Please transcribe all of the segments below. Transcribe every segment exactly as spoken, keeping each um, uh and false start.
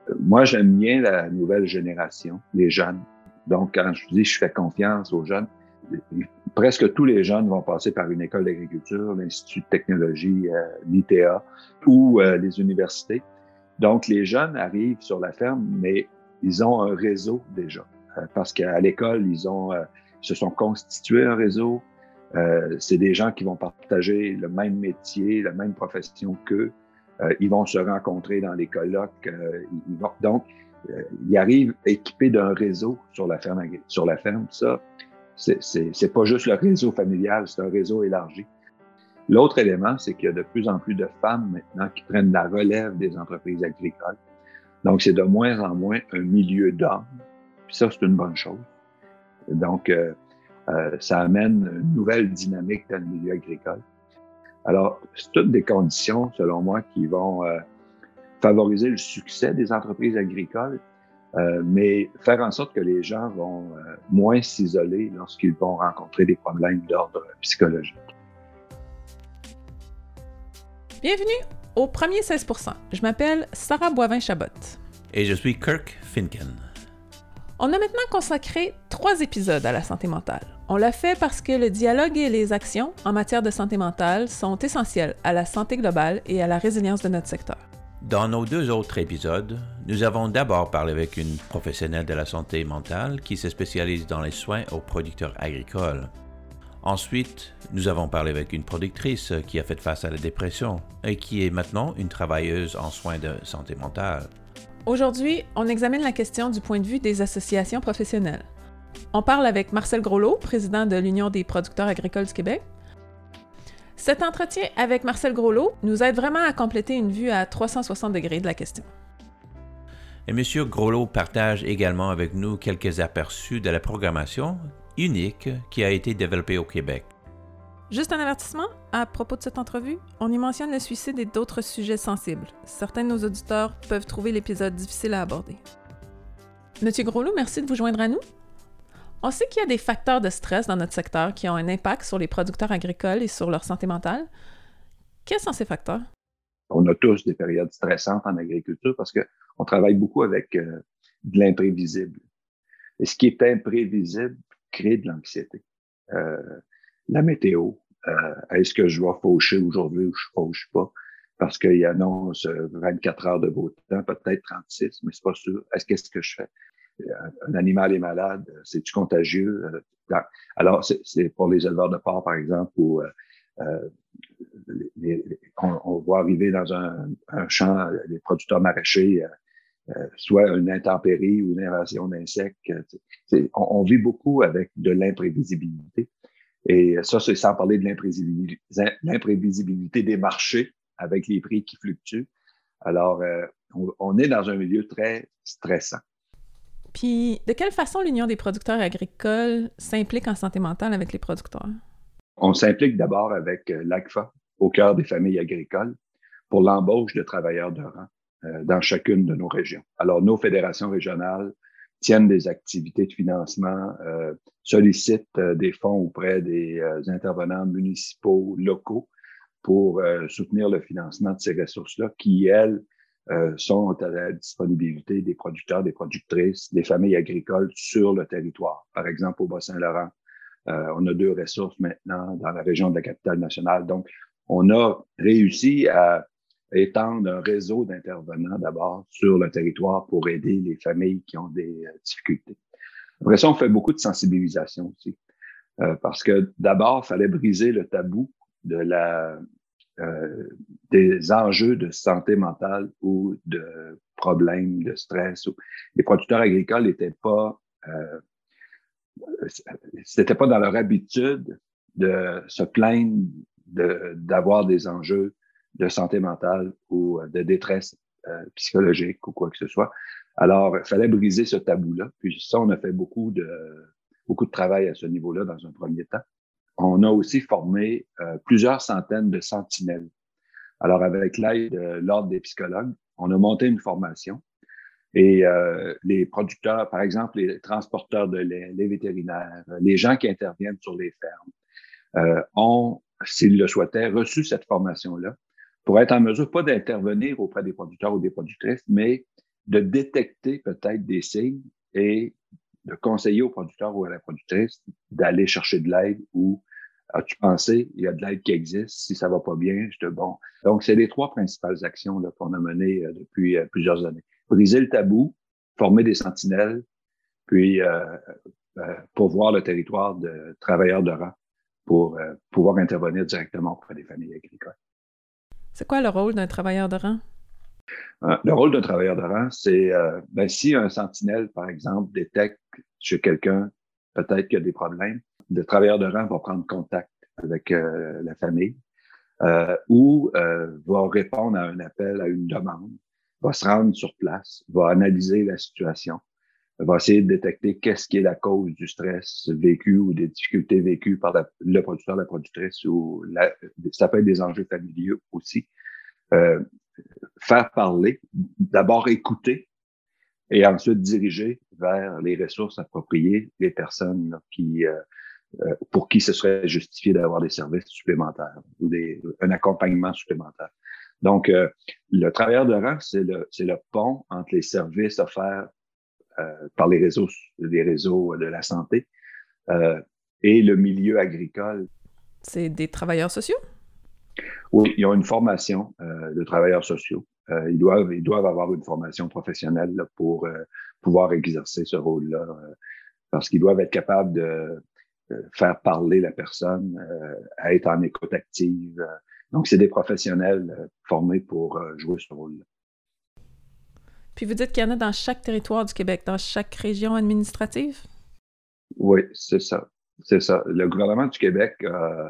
Moi, j'aime bien la nouvelle génération, les jeunes. Donc, quand je dis je fais confiance aux jeunes, presque tous les jeunes vont passer par une école d'agriculture, l'Institut de technologie, euh, l'I T A ou euh, les universités. Donc, les jeunes arrivent sur la ferme, mais ils ont un réseau déjà. Euh, parce qu'à l'école, ils ont, euh, se sont constitués un réseau. Euh, c'est des gens qui vont partager le même métier, la même profession qu'eux. Euh, ils vont se rencontrer dans les colloques. Euh, ils vont, donc, euh, ils arrivent équipés d'un réseau sur la ferme. Sur la ferme, ça, c'est, c'est, c'est pas juste le réseau familial, c'est un réseau élargi. L'autre élément, c'est qu'il y a de plus en plus de femmes maintenant qui prennent la relève des entreprises agricoles. Donc, c'est de moins en moins un milieu d'hommes. Puis ça, c'est une bonne chose. Donc, euh, euh, ça amène une nouvelle dynamique dans le milieu agricole. Alors, c'est toutes des conditions, selon moi, qui vont euh, favoriser le succès des entreprises agricoles, euh, mais faire en sorte que les gens vont euh, moins s'isoler lorsqu'ils vont rencontrer des problèmes d'ordre psychologique. Bienvenue au premier seize pour cent. Je m'appelle Sarah Boivin-Chabot. Et je suis Kirk Finken. On a maintenant consacré trois épisodes à la santé mentale. On l'a fait parce que le dialogue et les actions en matière de santé mentale sont essentiels à la santé globale et à la résilience de notre secteur. Dans nos deux autres épisodes, nous avons d'abord parlé avec une professionnelle de la santé mentale qui se spécialise dans les soins aux producteurs agricoles. Ensuite, nous avons parlé avec une productrice qui a fait face à la dépression et qui est maintenant une travailleuse en soins de santé mentale. Aujourd'hui, on examine la question du point de vue des associations professionnelles. On parle avec Marcel Groslot, président de l'Union des producteurs agricoles du Québec. Cet entretien avec Marcel Groslot nous aide vraiment à compléter une vue à trois cent soixante degrés de la question. Et M. Groslot partage également avec nous quelques aperçus de la programmation unique qui a été développée au Québec. Juste un avertissement, à propos de cette entrevue, on y mentionne le suicide et d'autres sujets sensibles. Certains de nos auditeurs peuvent trouver l'épisode difficile à aborder. Monsieur Groslot, merci de vous joindre à nous. On sait qu'il y a des facteurs de stress dans notre secteur qui ont un impact sur les producteurs agricoles et sur leur santé mentale. Quels sont ces facteurs? On a tous des périodes stressantes en agriculture parce qu'on travaille beaucoup avec euh, de l'imprévisible. Et ce qui est imprévisible crée de l'anxiété. Euh, la météo, euh, est-ce que je vais faucher aujourd'hui ou je ne fauche pas? Parce qu'il annonce vingt-quatre heures de beau temps, peut-être trente-six, mais c'est pas sûr. Est-ce qu'est-ce que je fais? Un animal est malade, c'est-tu contagieux? Alors, c'est, c'est pour les éleveurs de porc, par exemple, où euh, les, les, on, on voit arriver dans un, un champ les producteurs maraîchers, euh, soit une intempérie ou une invasion d'insectes. C'est, on, on vit beaucoup avec de l'imprévisibilité. Et ça, c'est sans parler de l'imprévisibilité, l'imprévisibilité des marchés avec les prix qui fluctuent. Alors, euh, on, on est dans un milieu très stressant. Puis, de quelle façon l'Union des producteurs agricoles s'implique en santé mentale avec les producteurs? On s'implique d'abord avec l'A C F A, au cœur des familles agricoles, pour l'embauche de travailleurs de rang euh, dans chacune de nos régions. Alors, nos fédérations régionales tiennent des activités de financement, euh, sollicitent euh, des fonds auprès des euh, intervenants municipaux, locaux, pour euh, soutenir le financement de ces ressources-là qui, elles, Euh, sont à la disponibilité des producteurs, des productrices, des familles agricoles sur le territoire. Par exemple, au Bas-Saint-Laurent, euh, on a deux ressources maintenant dans la région de la capitale nationale. Donc, on a réussi à étendre un réseau d'intervenants d'abord sur le territoire pour aider les familles qui ont des euh, difficultés. Après ça, on fait beaucoup de sensibilisation aussi. Euh, parce que d'abord, il fallait briser le tabou de la Euh, des enjeux de santé mentale ou de problèmes de stress. Les producteurs agricoles n'étaient pas, euh, c'était pas dans leur habitude de se plaindre de, d'avoir des enjeux de santé mentale ou de détresse euh, psychologique ou quoi que ce soit. Alors, il fallait briser ce tabou-là. Puis ça, on a fait beaucoup de, beaucoup de travail à ce niveau-là dans un premier temps. On a aussi formé euh, plusieurs centaines de sentinelles. Alors, avec l'aide de l'Ordre des psychologues, on a monté une formation et euh, les producteurs, par exemple, les transporteurs de lait, les vétérinaires, les gens qui interviennent sur les fermes, euh, ont, s'ils le souhaitaient, reçu cette formation-là pour être en mesure, pas d'intervenir auprès des producteurs ou des productrices, mais de détecter peut-être des signes et de conseiller au producteur ou à la productrice d'aller chercher de l'aide ou as-tu pensé, il y a de l'aide qui existe, si ça va pas bien, je te bon. Donc, c'est les trois principales actions là, qu'on a menées euh, depuis euh, plusieurs années. Briser le tabou, former des sentinelles, puis euh, euh, pourvoir le territoire de travailleurs de rang pour euh, pouvoir intervenir directement auprès des familles agricoles. C'est quoi le rôle d'un travailleur de rang? Euh, le rôle d'un travailleur de rang, c'est euh, ben, si un sentinelle, par exemple, détecte chez quelqu'un peut-être qu'il y a des problèmes, le travailleur de rang va prendre contact avec euh, la famille euh, ou euh, va répondre à un appel, à une demande, va se rendre sur place, va analyser la situation, va essayer de détecter qu'est-ce qui est la cause du stress vécu ou des difficultés vécues par la, le producteur, la productrice ou la, ça peut être des enjeux familiaux aussi. Euh, faire parler, d'abord écouter et ensuite diriger vers les ressources appropriées, les personnes là, qui, euh, euh, pour qui ce serait justifié d'avoir des services supplémentaires ou des, un accompagnement supplémentaire. Donc, euh, le travailleur de rang, c'est le, c'est le pont entre les services offerts euh, par les réseaux, les réseaux de la santé euh, et le milieu agricole. C'est des travailleurs sociaux? Oui, ils ont une formation euh, de travailleurs sociaux. Euh, ils doivent, ils doivent avoir une formation professionnelle là, pour euh, pouvoir exercer ce rôle-là, euh, parce qu'ils doivent être capables de, de faire parler la personne, euh, à être en écoute active. Donc, c'est des professionnels euh, formés pour euh, jouer ce rôle-là. Puis vous dites qu'il y en a dans chaque territoire du Québec, dans chaque région administrative? Oui, c'est ça. C'est ça. Le gouvernement du Québec euh,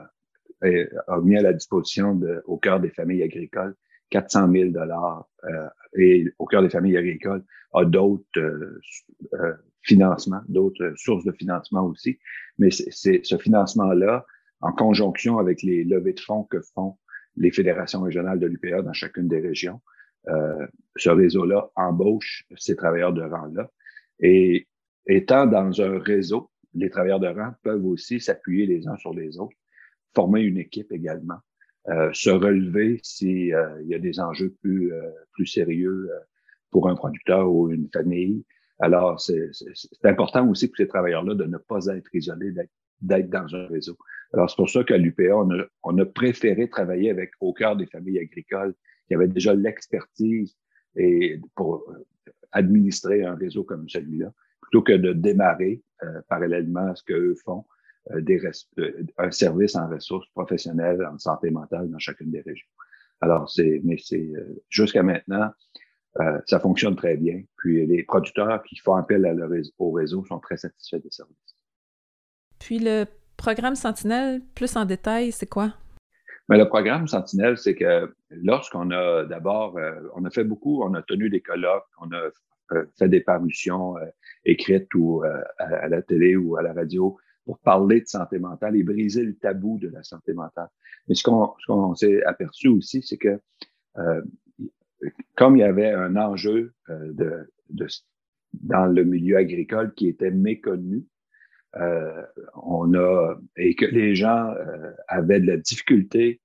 a mis à la disposition de, au cœur des familles agricoles quatre cent mille dollars euh, et au cœur des familles agricoles a d'autres euh, euh, financements, d'autres sources de financement aussi. Mais c'est, c'est ce financement-là, en conjonction avec les levées de fonds que font les fédérations régionales de l'U P A dans chacune des régions, euh, ce réseau-là embauche ces travailleurs de rang-là. Et étant dans un réseau, les travailleurs de rang peuvent aussi s'appuyer les uns sur les autres, former une équipe également, euh, se relever s'il euh, y a des enjeux plus, euh, plus sérieux euh, pour un producteur ou une famille. Alors, c'est, c'est, c'est important aussi pour ces travailleurs-là de ne pas être isolés, d'être, d'être dans un réseau. Alors, c'est pour ça qu'à l'U P A, on a, on a préféré travailler avec au cœur des familles agricoles qui avaient déjà l'expertise et pour administrer un réseau comme celui-là, plutôt que de démarrer euh, parallèlement à ce qu'eux font, euh, des res- euh, un service en ressources professionnelles en santé mentale dans chacune des régions. Alors, c'est, mais c'est euh, jusqu'à maintenant, euh, ça fonctionne très bien. Puis les producteurs qui font appel à le réseau, au réseau sont très satisfaits des services. Puis le programme Sentinelle, plus en détail, c'est quoi? Mais le programme Sentinelle, c'est que lorsqu'on a d'abord, euh, on a fait beaucoup, on a tenu des colloques, on a euh, fait des parutions euh, écrites ou euh, à, à la télé ou à la radio pour parler de santé mentale et briser le tabou de la santé mentale. Mais ce qu'on, ce qu'on s'est aperçu aussi, c'est que euh, comme il y avait un enjeu euh, de, de, dans le milieu agricole qui était méconnu, euh, on a et que les gens euh, avaient de la difficulté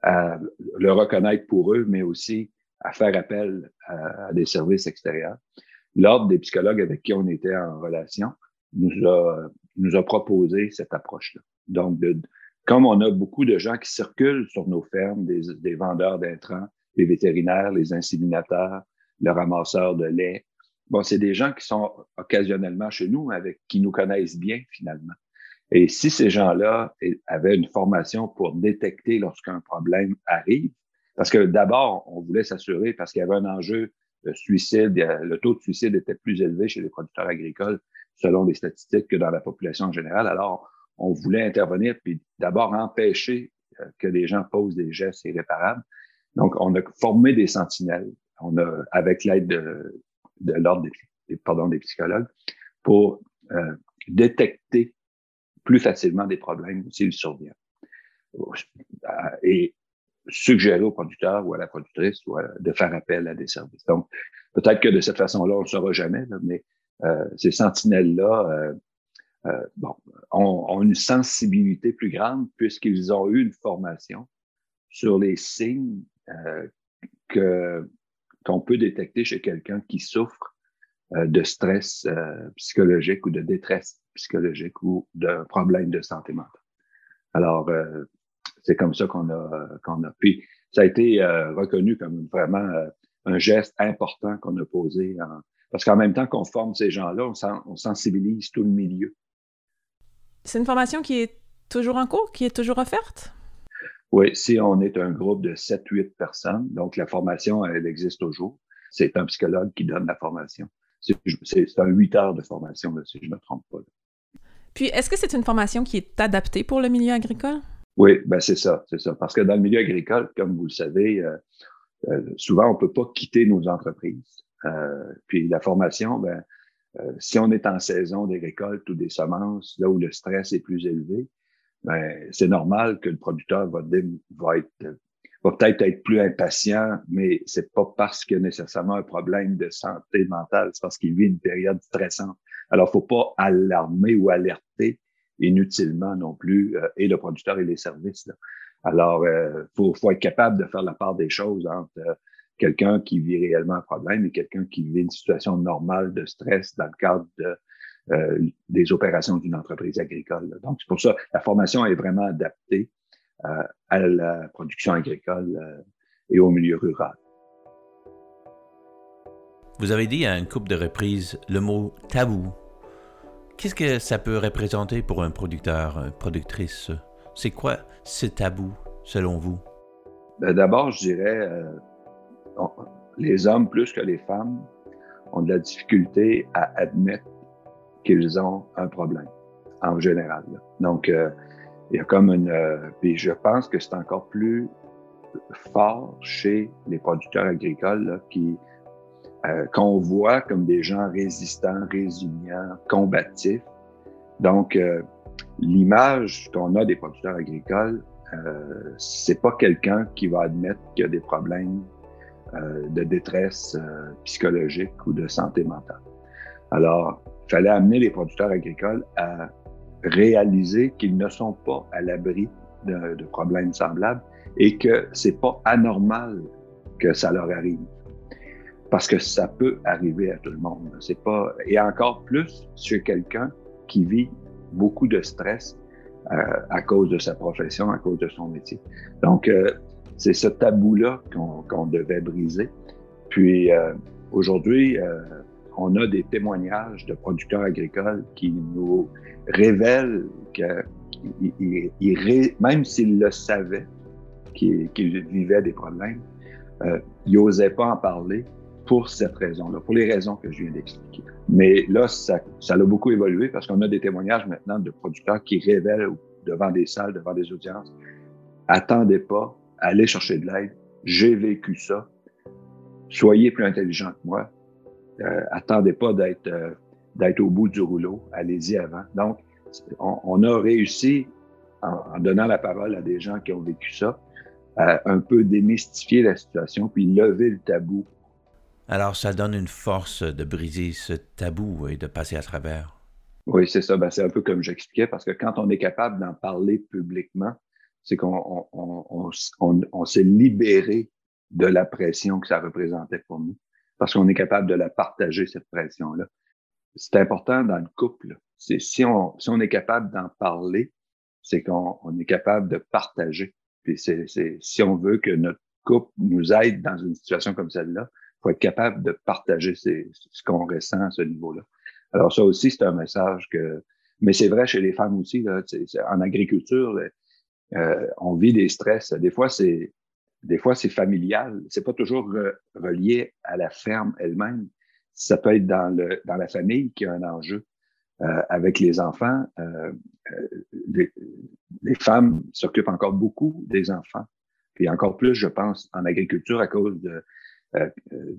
à le reconnaître pour eux, mais aussi à faire appel à, à des services extérieurs. L'Ordre des psychologues avec qui on était en relation nous a, nous a proposé cette approche-là. Donc, de, comme on a beaucoup de gens qui circulent sur nos fermes, des, des vendeurs d'intrants, les vétérinaires, les inséminateurs, le ramasseur de lait, bon, c'est des gens qui sont occasionnellement chez nous, avec qui nous connaissent bien finalement. Et si ces gens-là avaient une formation pour détecter lorsqu'un problème arrive, parce que d'abord, on voulait s'assurer, parce qu'il y avait un enjeu de suicide, le taux de suicide était plus élevé chez les producteurs agricoles selon les statistiques que dans la population en général. Alors, on voulait intervenir puis d'abord empêcher que les gens posent des gestes irréparables. Donc, on a formé des sentinelles, on a, avec l'aide de, de l'ordre des, pardon, des psychologues, pour euh, détecter plus facilement des problèmes s'ils surviennent. Et suggérer au producteur ou à la productrice ou à, de faire appel à des services. Donc, peut-être que de cette façon-là, on ne le saura jamais, là, mais euh, ces sentinelles-là euh, euh, bon, ont, ont une sensibilité plus grande puisqu'ils ont eu une formation sur les signes euh, que, qu'on peut détecter chez quelqu'un qui souffre euh, de stress euh, psychologique ou de détresse psychologique ou de problèmes de santé mentale. Alors, euh, c'est comme ça qu'on a, qu'on a. Puis, ça a été euh, reconnu comme vraiment euh, un geste important qu'on a posé. En, parce qu'en même temps qu'on forme ces gens-là, on, sen, on sensibilise tout le milieu. C'est une formation qui est toujours en cours, qui est toujours offerte? Oui, si on est un groupe de sept huit personnes, donc la formation, elle existe toujours. C'est un psychologue qui donne la formation. C'est, c'est, c'est un huit heures de formation, là, si je ne me trompe pas. Là. Puis, est-ce que c'est une formation qui est adaptée pour le milieu agricole? Oui, ben c'est ça, c'est ça. Parce que dans le milieu agricole, comme vous le savez, euh, euh, souvent, on peut pas quitter nos entreprises. Euh, puis la formation, ben, euh, si on est en saison des récoltes ou des semences, là où le stress est plus élevé, ben, c'est normal que le producteur va, va être, va peut-être être plus impatient, mais c'est pas parce qu'il y a nécessairement un problème de santé mentale, c'est parce qu'il vit une période stressante. Alors, faut pas alarmer ou alerter inutilement non plus, euh, et le producteur et les services, là. Alors, euh, faut, faut être capable de faire la part des choses entre euh, quelqu'un qui vit réellement un problème et quelqu'un qui vit une situation normale de stress dans le cadre de Euh, des opérations d'une entreprise agricole. Donc, c'est pour ça la formation est vraiment adaptée euh, à la production agricole euh, et au milieu rural. Vous avez dit à une couple de reprises le mot tabou. Qu'est-ce que ça peut représenter pour un producteur, une productrice? C'est quoi ce tabou, selon vous? Ben, d'abord, je dirais, euh, on, les hommes plus que les femmes ont de la difficulté à admettre qu'ils ont un problème, en général. Là. Donc, euh, il y a comme une... Euh, puis je pense que c'est encore plus fort chez les producteurs agricoles là, qui euh, qu'on voit comme des gens résistants, résilients, combatifs. Donc, euh, l'image qu'on a des producteurs agricoles, euh, c'est pas quelqu'un qui va admettre qu'il y a des problèmes euh, de détresse euh, psychologique ou de santé mentale. Alors, il fallait amener les producteurs agricoles à réaliser qu'ils ne sont pas à l'abri de, de problèmes semblables et que c'est pas anormal que ça leur arrive. Parce que ça peut arriver à tout le monde. C'est pas, et encore plus chez quelqu'un qui vit beaucoup de stress euh, à cause de sa profession, à cause de son métier. Donc, euh, c'est ce tabou-là qu'on, qu'on devait briser. Puis, euh, aujourd'hui, euh, on a des témoignages de producteurs agricoles qui nous révèlent que, ils, ils, même s'ils le savaient, qu'ils, qu'ils vivaient des problèmes, euh, ils n'osaient pas en parler pour cette raison-là, pour les raisons que je viens d'expliquer. Mais là, ça, ça a beaucoup évolué parce qu'on a des témoignages maintenant de producteurs qui révèlent devant des salles, devant des audiences, attendez pas, allez chercher de l'aide, j'ai vécu ça, soyez plus intelligent que moi, euh, attendez pas d'être, euh, d'être au bout du rouleau, allez-y avant. Donc, on, on a réussi, en, en donnant la parole à des gens qui ont vécu ça, à un peu démystifier la situation puis lever le tabou. Alors, ça donne une force de briser ce tabou et de passer à travers. Oui, c'est ça. Ben, c'est un peu comme j'expliquais, parce que quand on est capable d'en parler publiquement, c'est qu'on on, on, on, on, on s'est libéré de la pression que ça représentait pour nous, parce qu'on est capable de la partager, cette pression-là. C'est important dans le couple. C'est si on, si on est capable d'en parler, c'est qu'on on est capable de partager. Puis c'est, c'est, si on veut que notre couple nous aide dans une situation comme celle-là, il faut être capable de partager ces, ce qu'on ressent à ce niveau-là. Alors ça aussi, c'est un message que... Mais c'est vrai chez les femmes aussi. Là, c'est, c'est, en agriculture, euh, on vit des stress. Des fois, c'est des fois c'est familial. C'est pas toujours re, relié à la ferme elle-même. Ça peut être dans, le, dans la famille qui a un enjeu. Euh, avec les enfants, euh, euh, les, les femmes s'occupent encore beaucoup des enfants. Puis encore plus, je pense, en agriculture à cause de euh,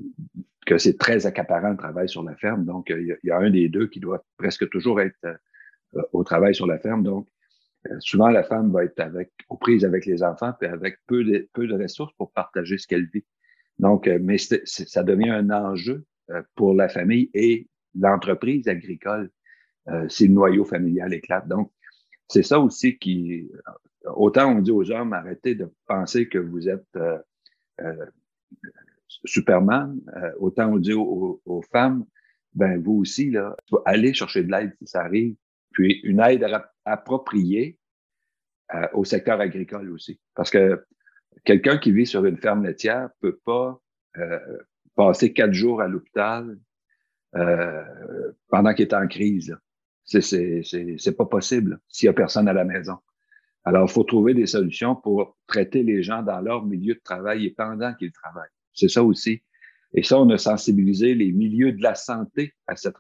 que c'est très accaparant le travail sur la ferme. Donc, il y, y a un des deux qui doit presque toujours être euh, au travail sur la ferme. Donc, euh, souvent, la femme va être avec, aux prises avec les enfants puis avec peu de, peu de ressources pour partager ce qu'elle vit. Donc, euh, mais c'est, c'est, ça devient un enjeu euh, pour la famille et l'entreprise agricole. Euh, si le noyau familial éclate. Donc, c'est ça aussi qui... Autant on dit aux hommes, arrêtez de penser que vous êtes euh, euh, Superman, euh, autant on dit aux, aux femmes, ben vous aussi, là, allez chercher de l'aide si ça arrive, puis une aide appropriée euh, au secteur agricole aussi. Parce que quelqu'un qui vit sur une ferme laitière peut pas euh, passer quatre jours à l'hôpital euh, pendant qu'il est en crise. C'est, c'est, c'est, c'est pas possible s'il y a personne à la maison. Alors, il faut trouver des solutions pour traiter les gens dans leur milieu de travail et pendant qu'ils travaillent. C'est ça aussi. Et ça, on a sensibilisé les milieux de la santé à cette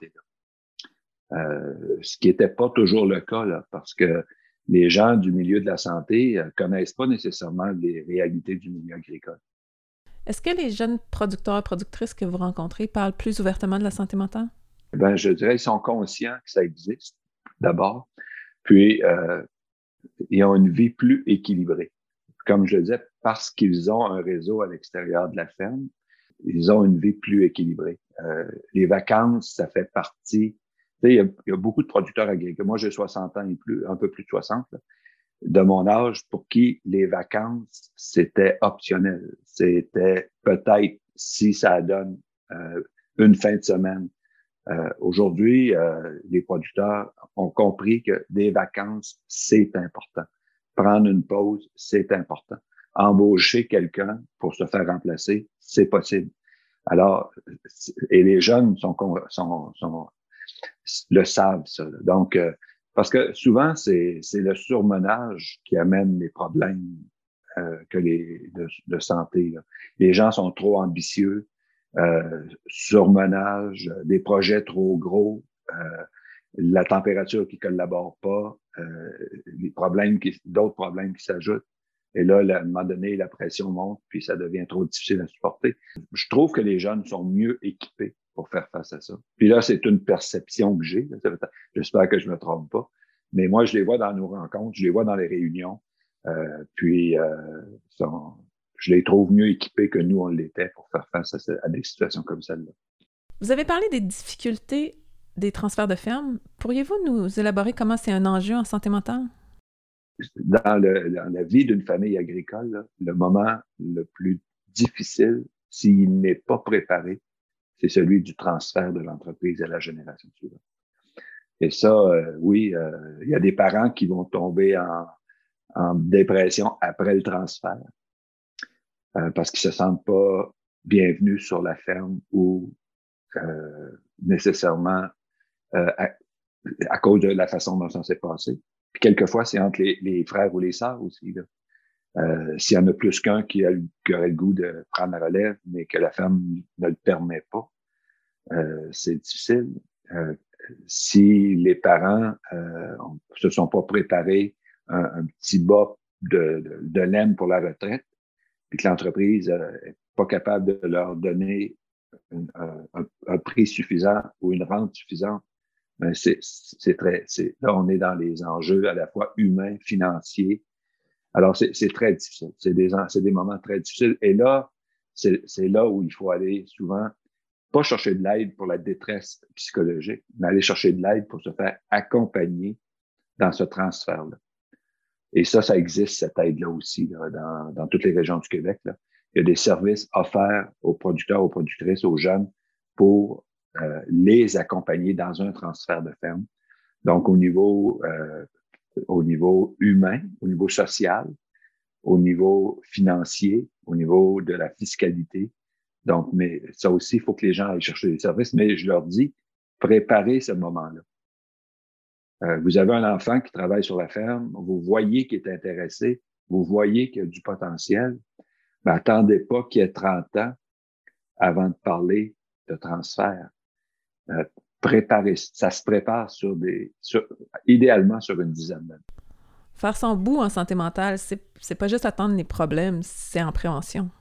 réalité-là. Euh, ce qui n'était pas toujours le cas, là, parce que les gens du milieu de la santé ne connaissent pas nécessairement les réalités du milieu agricole. Est-ce que les jeunes producteurs et productrices que vous rencontrez parlent plus ouvertement de la santé mentale? Ben, je dirais qu'ils sont conscients que ça existe, d'abord. Puis, euh, ils ont une vie plus équilibrée. Comme je le disais, parce qu'ils ont un réseau à l'extérieur de la ferme, ils ont une vie plus équilibrée. Euh, les vacances, ça fait partie. Tu sais, il y a, il y a beaucoup de producteurs agricoles. Moi, j'ai soixante ans et plus, un peu plus de soixante, là, de mon âge, pour qui les vacances, c'était optionnel. C'était peut-être si ça donne euh, une fin de semaine. Euh, aujourd'hui, euh, les producteurs ont compris que des vacances, c'est important. Prendre une pause, c'est important. Embaucher quelqu'un pour se faire remplacer, c'est possible. Alors, et les jeunes sont, sont, sont le savent, ça. Donc, euh, parce que souvent, c'est, c'est le surmenage qui amène les problèmes euh, que les, de, de santé. Là. Les gens sont trop ambitieux, euh, surmenage, des projets trop gros, euh, la température qui collabore pas, euh, les problèmes qui, d'autres problèmes qui s'ajoutent. Et là, à un moment donné, la pression monte, puis ça devient trop difficile à supporter. Je trouve que les jeunes sont mieux équipés pour faire face à ça. Puis là, c'est une perception que j'ai. J'espère que je me trompe pas. Mais moi, je les vois dans nos rencontres, je les vois dans les réunions. Euh, puis, euh, sont, je les trouve mieux équipés que nous, on l'était pour faire face à, à des situations comme celle-là. Vous avez parlé des difficultés des transferts de ferme. Pourriez-vous nous élaborer comment c'est un enjeu en santé mentale? Dans, le, dans la vie d'une famille agricole, là, le moment le plus difficile, s'il n'est pas préparé, c'est celui du transfert de l'entreprise à la génération suivante. Et ça, euh, oui, euh, il y a des parents qui vont tomber en, en dépression après le transfert euh, parce qu'ils se sentent pas bienvenus sur la ferme ou euh, nécessairement euh, à, à cause de la façon dont ça s'est passé. Puis quelquefois, c'est entre les, les frères ou les sœurs aussi. Là. Euh, s'il y en a plus qu'un qui, a, qui aurait le goût de prendre la relève, mais que la ferme ne le permet pas, euh, c'est difficile. Euh, si les parents euh, se sont pas préparés un, un petit bas de, de, de laine pour la retraite, puis que l'entreprise euh, est pas capable de leur donner un, un, un prix suffisant ou une rente suffisante, ben c'est, c'est très, c'est, là, on est dans les enjeux à la fois humains, financiers. Alors, c'est, c'est très difficile. C'est des, c'est des moments très difficiles. Et là, c'est, c'est là où il faut aller souvent, pas chercher de l'aide pour la détresse psychologique, mais aller chercher de l'aide pour se faire accompagner dans ce transfert-là. Et ça, ça existe, cette aide-là aussi, là, dans, dans toutes les régions du Québec. Là. Il y a des services offerts aux producteurs, aux productrices, aux jeunes pour euh, les accompagner dans un transfert de ferme. Donc, au niveau, euh, au niveau humain, au niveau social, au niveau financier, au niveau de la fiscalité. Donc, mais ça aussi, il faut que les gens aillent chercher des services. Mais je leur dis, préparez ce moment-là. Euh, vous avez un enfant qui travaille sur la ferme, vous voyez qu'il est intéressé, vous voyez qu'il y a du potentiel, mais attendez pas qu'il ait trente ans avant de parler de transfert. Euh, préparez, ça se prépare sur des, sur, idéalement sur une dizaine d'années. Faire son bout en santé mentale, c'est, c'est pas juste attendre les problèmes, c'est en prévention.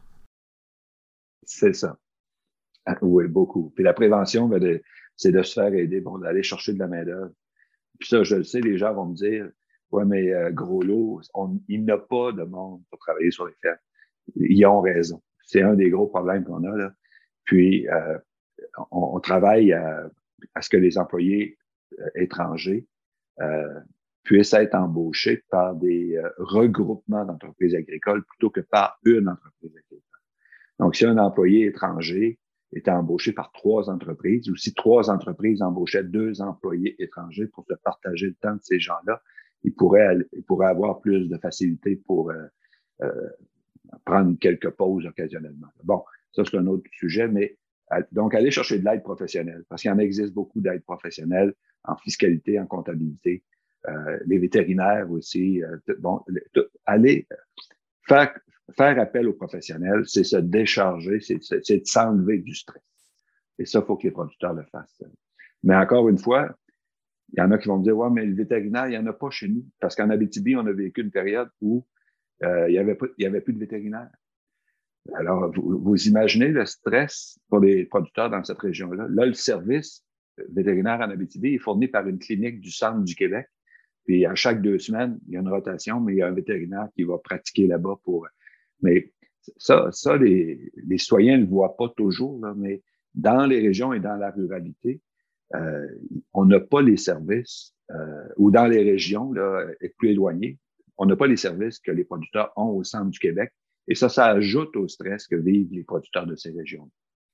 C'est ça. Oui, beaucoup. Puis la prévention, ben de, c'est de se faire aider, bon, d'aller chercher de la main-d'œuvre. Puis ça, je le sais, les gens vont me dire, ouais, mais euh, gros lot, on, il n'y a pas de monde pour travailler sur les fermes. Ils ont raison. C'est un des gros problèmes qu'on a, là. Puis, euh, on, on travaille à, à ce que les employés euh, étrangers euh, puissent être embauchés par des euh, regroupements d'entreprises agricoles plutôt que par une entreprise agricole. Donc, si un employé étranger était embauché par trois entreprises, ou si trois entreprises embauchaient deux employés étrangers pour se partager le temps de ces gens-là, ils pourraient, ils pourraient avoir plus de facilité pour euh, euh, prendre quelques pauses occasionnellement. Bon, ça, c'est un autre sujet, mais donc, aller chercher de l'aide professionnelle, parce qu'il en existe beaucoup d'aide professionnelle en fiscalité, en comptabilité, euh, les vétérinaires aussi. Euh, bon, aller faire, faire appel aux professionnels, c'est se décharger, c'est, c'est, c'est de s'enlever du stress. Et ça, il faut que les producteurs le fassent. Mais encore une fois, il y en a qui vont me dire, ouais, mais le vétérinaire, il n'y en a pas chez nous. Parce qu'en Abitibi, on a vécu une période où euh, il n'y avait pas, il y avait plus de vétérinaires. Alors, vous, vous imaginez le stress pour les producteurs dans cette région-là. Là, le service vétérinaire en Abitibi est fourni par une clinique du centre du Québec. Puis, à chaque deux semaines, il y a une rotation, mais il y a un vétérinaire qui va pratiquer là-bas pour... Mais ça, ça les, les citoyens ne le voient pas toujours, là, mais dans les régions et dans la ruralité, euh, on n'a pas les services, euh, ou dans les régions là, plus éloignées, on n'a pas les services que les producteurs ont au centre du Québec. Et ça, ça ajoute au stress que vivent les producteurs de ces régions.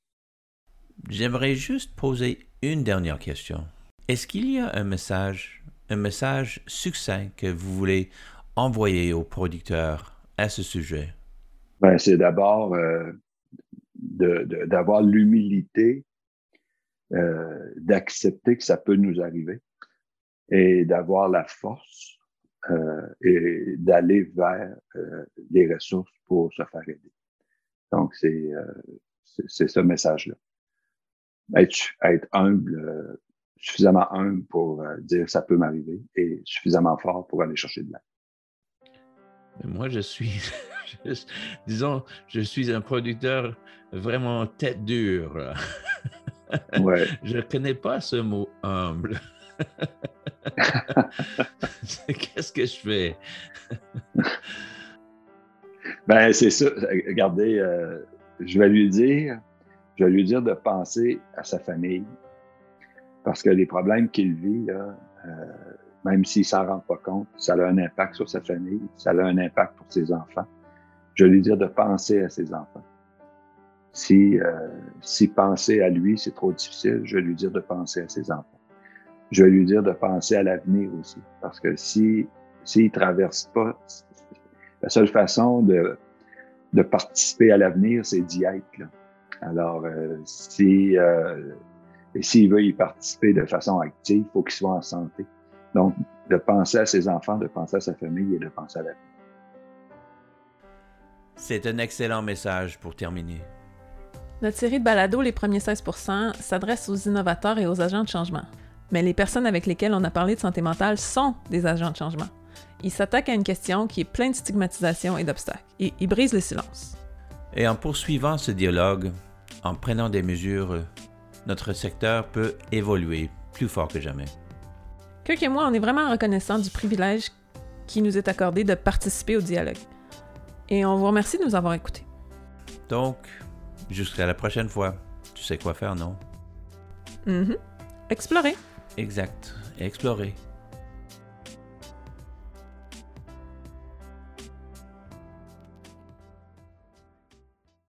J'aimerais juste poser une dernière question. Est-ce qu'il y a un message, un message succinct que vous voulez envoyer aux producteurs à ce sujet? Ben, c'est d'abord euh, de, de, d'avoir l'humilité euh, d'accepter que ça peut nous arriver et d'avoir la force Euh, et d'aller vers euh, les ressources pour se faire aider. Donc, c'est, euh, c'est, c'est ce message-là. Être, être humble, euh, suffisamment humble pour euh, dire ça peut m'arriver et suffisamment fort pour aller chercher de l'aide. Moi, je suis, je, disons, je suis un producteur vraiment tête dure. Ouais. Je ne connais pas ce mot humble. Qu'est-ce que je fais? Ben, c'est ça. Regardez, euh, je vais lui dire, je vais lui dire de penser à sa famille. Parce que les problèmes qu'il vit, là, euh, même s'il ne s'en rend pas compte, ça a un impact sur sa famille, ça a un impact pour ses enfants. Je vais lui dire de penser à ses enfants. Si, euh, si penser à lui, c'est trop difficile, je vais lui dire de penser à ses enfants. Je vais lui dire de penser à l'avenir aussi. Parce que si, s'il ne traverse pas, la seule façon de, de participer à l'avenir, c'est d'y être, là. Alors, euh, si, euh, et s'il veut y participer de façon active, il faut qu'il soit en santé. Donc, de penser à ses enfants, de penser à sa famille et de penser à l'avenir. C'est un excellent message pour terminer. Notre série de balados, les premiers seize pour cent, s'adresse aux innovateurs et aux agents de changement. Mais les personnes avec lesquelles on a parlé de santé mentale sont des agents de changement. Ils s'attaquent à une question qui est pleine de stigmatisation et d'obstacles, et ils brisent le silence. Et en poursuivant ce dialogue, en prenant des mesures, notre secteur peut évoluer plus fort que jamais. Kirk et moi, on est vraiment reconnaissants du privilège qui nous est accordé de participer au dialogue. Et on vous remercie de nous avoir écoutés. Donc, jusqu'à la prochaine fois. Tu sais quoi faire, non? Mm-hmm. Explorer. Exact. Explorer.